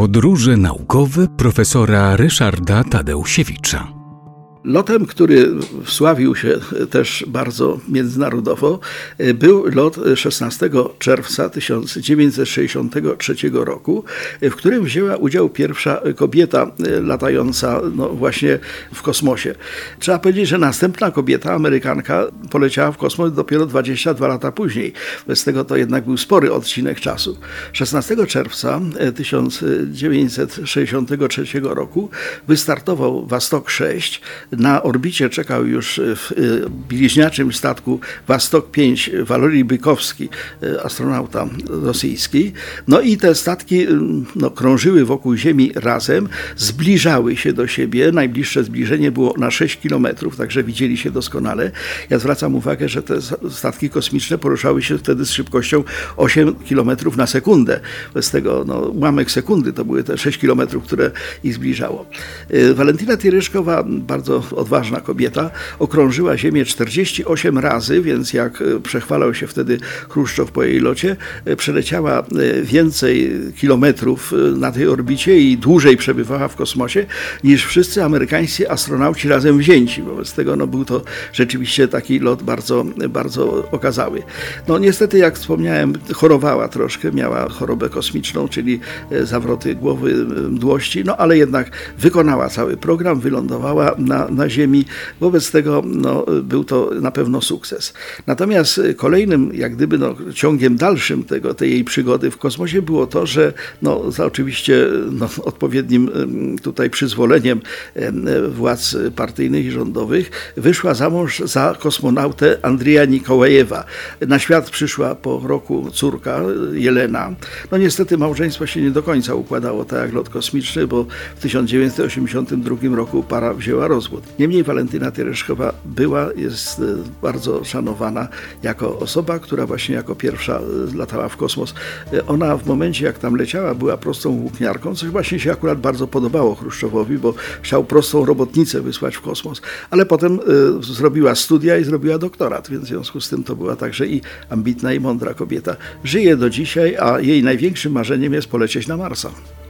Podróże naukowe profesora Ryszarda Tadeusiewicza. Lotem, który wsławił się też bardzo międzynarodowo, był lot 16 czerwca 1963 roku, w którym wzięła udział pierwsza kobieta latająca właśnie w kosmosie. Trzeba powiedzieć, że następna kobieta, Amerykanka, poleciała w kosmos dopiero 22 lata później. Bez tego to jednak był spory odcinek czasu. 16 czerwca 1963 roku wystartował Wastok 6. Na orbicie czekał już w bliźniaczym statku Wastok 5 Walory Bykowski, astronauta rosyjski. No i te statki krążyły wokół Ziemi razem, zbliżały się do siebie. Najbliższe zbliżenie było na 6 kilometrów, także widzieli się doskonale. Ja zwracam uwagę, że te statki kosmiczne poruszały się wtedy z szybkością 8 kilometrów na sekundę. Bez tego ułamek sekundy to były te 6 kilometrów, które ich zbliżało. Walentyna Teryszkowa, bardzo odważna kobieta, okrążyła Ziemię 48 razy, więc jak przechwalał się wtedy Chruszczow po jej locie, przeleciała więcej kilometrów na tej orbicie i dłużej przebywała w kosmosie niż wszyscy amerykańscy astronauci razem wzięci. Wobec tego był to rzeczywiście taki lot bardzo, bardzo okazały. Niestety, jak wspomniałem, chorowała troszkę, miała chorobę kosmiczną, czyli zawroty głowy, mdłości, ale jednak wykonała cały program, wylądowała na Ziemi. Wobec tego był to na pewno sukces. Natomiast kolejnym ciągiem dalszym tej jej przygody w kosmosie było to, że za oczywiście odpowiednim tutaj przyzwoleniem władz partyjnych i rządowych wyszła za mąż za kosmonautę Andrija Nikołajewa. Na świat przyszła po roku córka Jelena. Niestety małżeństwo się nie do końca układało tak jak lot kosmiczny, bo w 1982 roku para wzięła rozwód. Niemniej Walentyna Teryszkowa jest bardzo szanowana jako osoba, która właśnie jako pierwsza latała w kosmos. Ona w momencie, jak tam leciała, była prostą włókniarką, coś właśnie się akurat bardzo podobało Chruszczowowi, bo chciał prostą robotnicę wysłać w kosmos. Ale potem zrobiła studia i zrobiła doktorat, więc w związku z tym to była także i ambitna, i mądra kobieta. Żyje do dzisiaj, a jej największym marzeniem jest polecieć na Marsa.